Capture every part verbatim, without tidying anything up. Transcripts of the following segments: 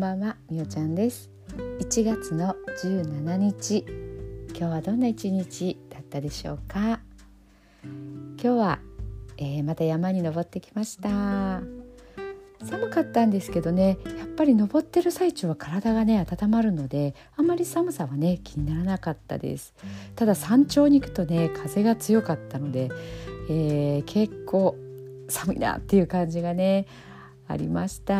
ばんは、みおちゃんです。いちがつのじゅうしちにち、今日はどんな一日だったでしょうか。今日は、えー、また山に登ってきました。寒かったんですけどね、やっぱり登ってる最中は体がね温まるので、あんまり寒さはね気にならなかったです。ただ山頂に行くとね風が強かったので、えー、結構寒いなっていう感じがねありました。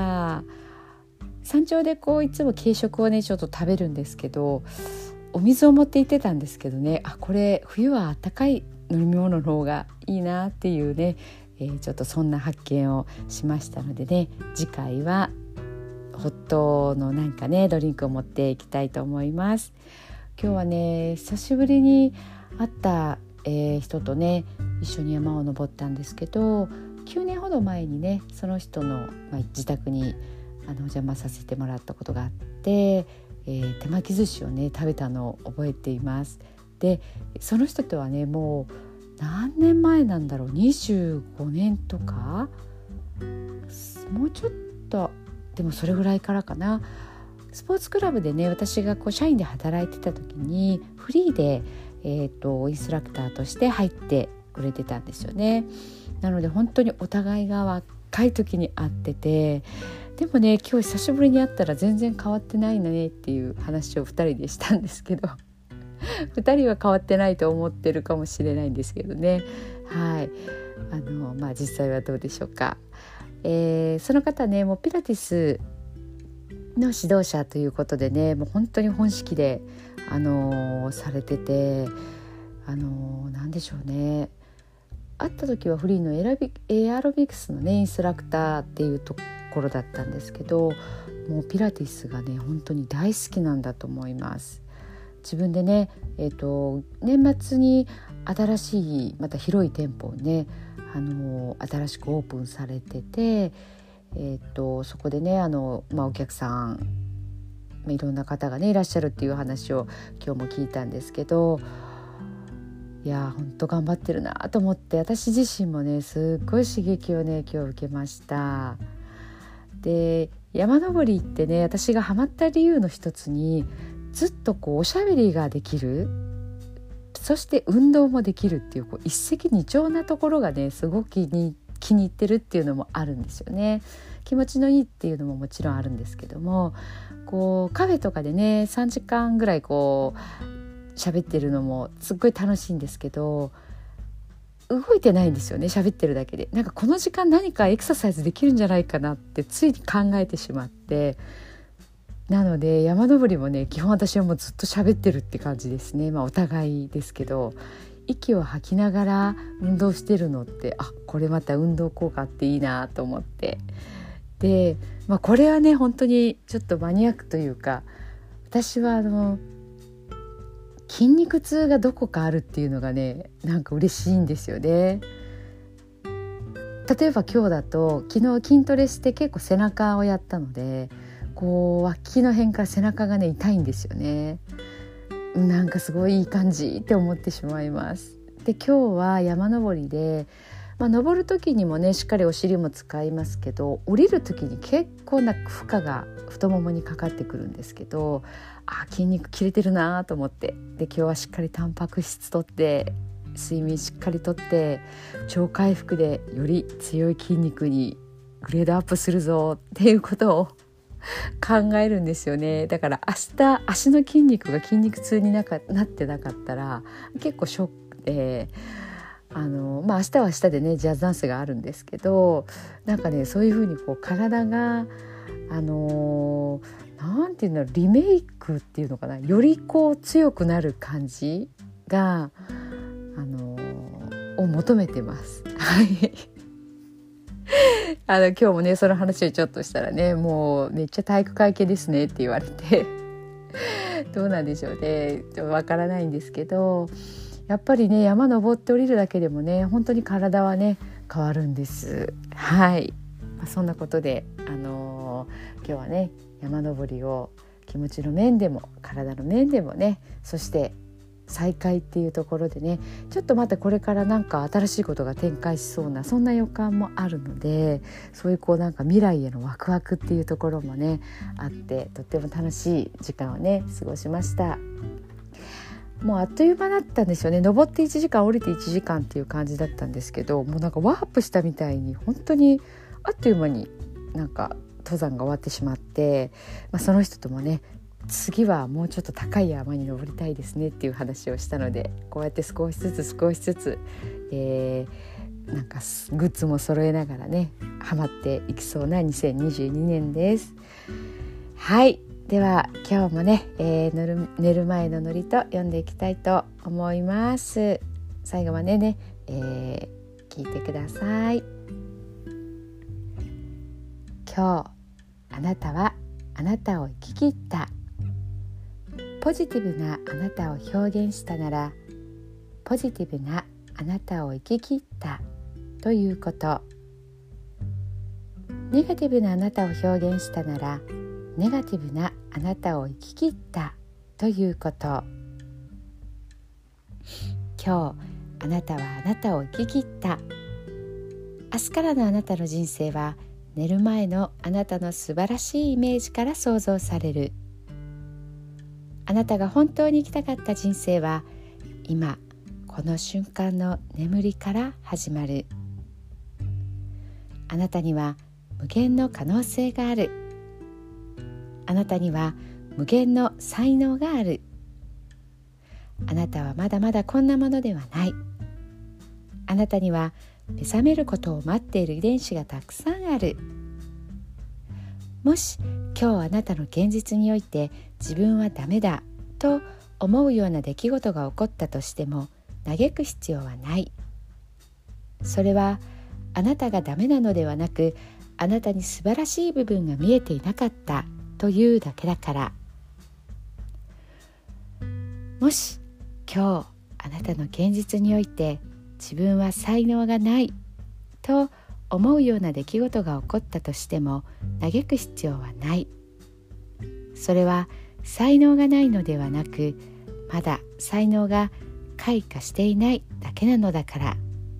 山頂でこういつも軽食をねちょっと食べるんですけど、お水を持って行ってたんですけどね、あこれ冬はあったかい飲み物の方がいいなっていうね、えー、ちょっとそんな発見をしましたのでね、次回はホットのなんかねドリンクを持っていきたいと思います。今日はね久しぶりに会った、えー、人とね一緒に山を登ったんですけど、きゅうねんほど前にねその人の、まあ、自宅にあのお邪魔させてもらったことがあって、えー、手巻き寿司をね食べたのを覚えています。でその人とはねもう何年前なんだろう、にじゅうごねんとかもうちょっと、でもそれぐらいからかな。スポーツクラブでね私がこう社員で働いてた時にフリーで、えーと、インストラクターとして入ってくれてたんですよね。なので本当にお互いが若い時に会ってて、でもね今日久しぶりに会ったら全然変わってないねっていう話をふたりでしたんですけどふたりは変わってないと思ってるかもしれないんですけどね。はい、あのまあ実際はどうでしょうか。えー、その方ねもうピラティスの指導者ということでね、もう本当に本式で、あのー、されてて、あのー、なんでしょうね、会った時はフリーのエラビエアロビクスのねインストラクターっていうところだったんですけど、もうピラティスがね本当に大好きなんだと思います。自分でね、えーと、年末に新しいまた広い店舗をね、あのー、新しくオープンされてて、えーと、そこでねあの、まあ、お客さんいろんな方がねいらっしゃるっていう話を今日も聞いたんですけど、いや本当頑張ってるなと思って、私自身もねすっごい刺激をね今日受けました。で山登りってね私がハマった理由の一つに、ずっとこうおしゃべりができる、そして運動もできるっていう、こう一石二鳥なところがねすごく気に気に入ってるっていうのもあるんですよね。気持ちのいいっていうのももちろんあるんですけども、こうカフェとかでねさんじかんぐらいこう喋ってるのもすっごい楽しいんですけど、動いてないんですよね、喋ってるだけで。なんかこの時間何かエクササイズできるんじゃないかなってついに考えてしまって、なので山登りもね基本私はもうずっと喋ってるって感じですね。まあお互いですけど、息を吐きながら運動してるのって、あこれまた運動効果っていいなと思って、で、まあ、これはね本当にちょっとマニアックというか、私はあの筋肉痛がどこかあるっていうのがねなんか嬉しいんですよね。例えば今日だと昨日筋トレして結構背中をやったので、こう脇の辺から背中がね痛いんですよね。なんかすごいいい感じって思ってしまいます。で今日は山登りで、まあ、登る時にもねしっかりお尻も使いますけど、降りる時に結構な負荷が太ももにかかってくるんですけど、あ筋肉切れてるなと思って、で今日はしっかりタンパク質とって睡眠しっかりとって超回復でより強い筋肉にグレードアップするぞっていうことを考えるんですよね。だから明日足の筋肉が筋肉痛になかなってなかったら結構ショックで、あのまあ明日は明日でねジャズダンスがあるんですけど、なんかねそういう風にこう体があのなんていうのリメイクっていうのかな、よりこう強くなる感じがあのを求めてます。はいあの今日もねその話をちょっとしたらね、もうめっちゃ体育会系ですねって言われてどうなんでしょうね、ちょっとわからないんですけど、やっぱりね山登って降りるだけでもね本当に体はね変わるんです。はい、まあ、そんなことで、あのー、今日はね山登りを気持ちの面でも体の面でもね、そして再会っていうところでね、ちょっとまたこれからなんか新しいことが展開しそうなそんな予感もあるので、そういうこうなんか未来へのワクワクっていうところもねあって、とっても楽しい時間をね過ごしました。もうあっという間だったんですよね。登っていちじかん降りていちじかんっていう感じだったんですけど、もうなんかワープしたみたいに本当にあっという間になんか登山が終わってしまって、まあ、その人ともね次はもうちょっと高い山に登りたいですねっていう話をしたので、こうやって少しずつ少しずつ、えー、なんかグッズも揃えながらねハマっていきそうなにせんにじゅうにねんです。はい、では今日もね、えー、寝る、寝る前の祝詞読んでいきたいと思います。最後までね、えー、聞いてください。今日あなたはあなたを生き切った。ポジティブなあなたを表現したなら、ポジティブなあなたを生き切ったということ。ネガティブなあなたを表現したなら、ネガティブなあなたを生き切ったということ。今日あなたはあなたを生き切った。明日からのあなたの人生は、寝る前のあなたの素晴らしいイメージから想像される。あなたが本当に生きたかった人生は、今この瞬間の眠りから始まる。あなたには無限の可能性がある。あなたには無限の才能がある。あなたはまだまだこんなものではない。あなたには目覚めることを待っている遺伝子がたくさんある。もし今日あなたの現実において自分はダメだと思うような出来事が起こったとしても、嘆く必要はない。それはあなたがダメなのではなく、あなたに素晴らしい部分が見えていなかったというだけだから。もし今日あなたの現実において自分は才能がないと思うような出来事が起こったとしても、嘆く必要はない。それは才能がないのではなく、まだ才能が開花していないだけなのだから。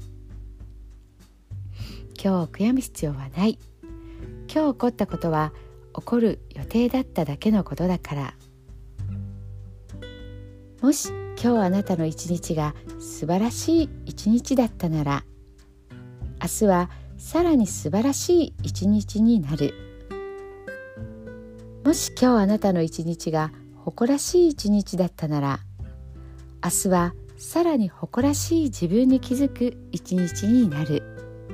今日悔やむ必要はない。今日起こったことは起こる予定だっただけのことだから。もし今日あなたの一日が素晴らしい一日だったなら、明日はさらに素晴らしい一日になる。もし今日あなたの一日が誇らしい一日だったなら、明日はさらに誇らしい自分に気づく一日になる。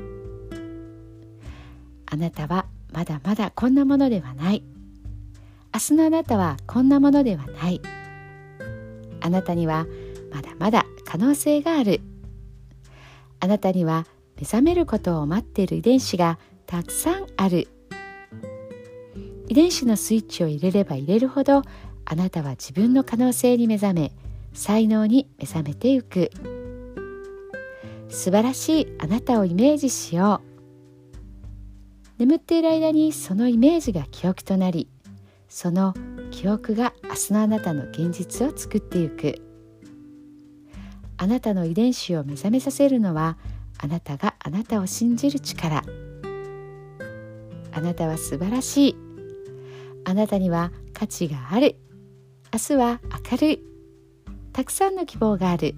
あなたはまだまだこんなものではない。明日のあなたはこんなものではない。あなたにはまだまだ可能性がある。あなたには目覚めることを待っている遺伝子がたくさんある。遺伝子のスイッチを入れれば入れるほど、あなたは自分の可能性に目覚め、才能に目覚めていく。素晴らしいあなたをイメージしよう。眠っている間にそのイメージが記憶となり、その記憶が明日のあなたの現実を作っていく。あなたの遺伝子を目覚めさせるのは、あなたがあなたを信じる力。あなたは素晴らしい。あなたには価値がある。明日は明るい。たくさんの希望がある。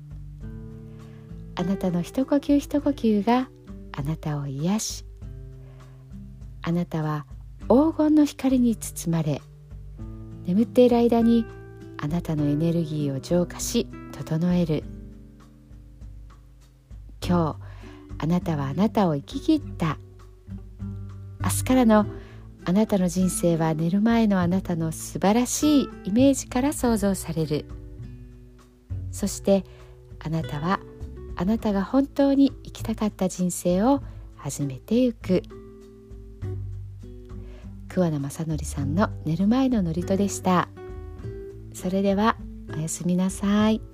あなたの一呼吸一呼吸があなたを癒し、あなたは黄金の光に包まれ、眠っている間にあなたのエネルギーを浄化し整える。今日あなたはあなたを生き切った。明日からのあなたの人生は、寝る前のあなたの素晴らしいイメージから想像される。そしてあなたはあなたが本当に生きたかった人生を始めていく。桑名正則さんの寝る前の祝詞でした。それではおやすみなさい。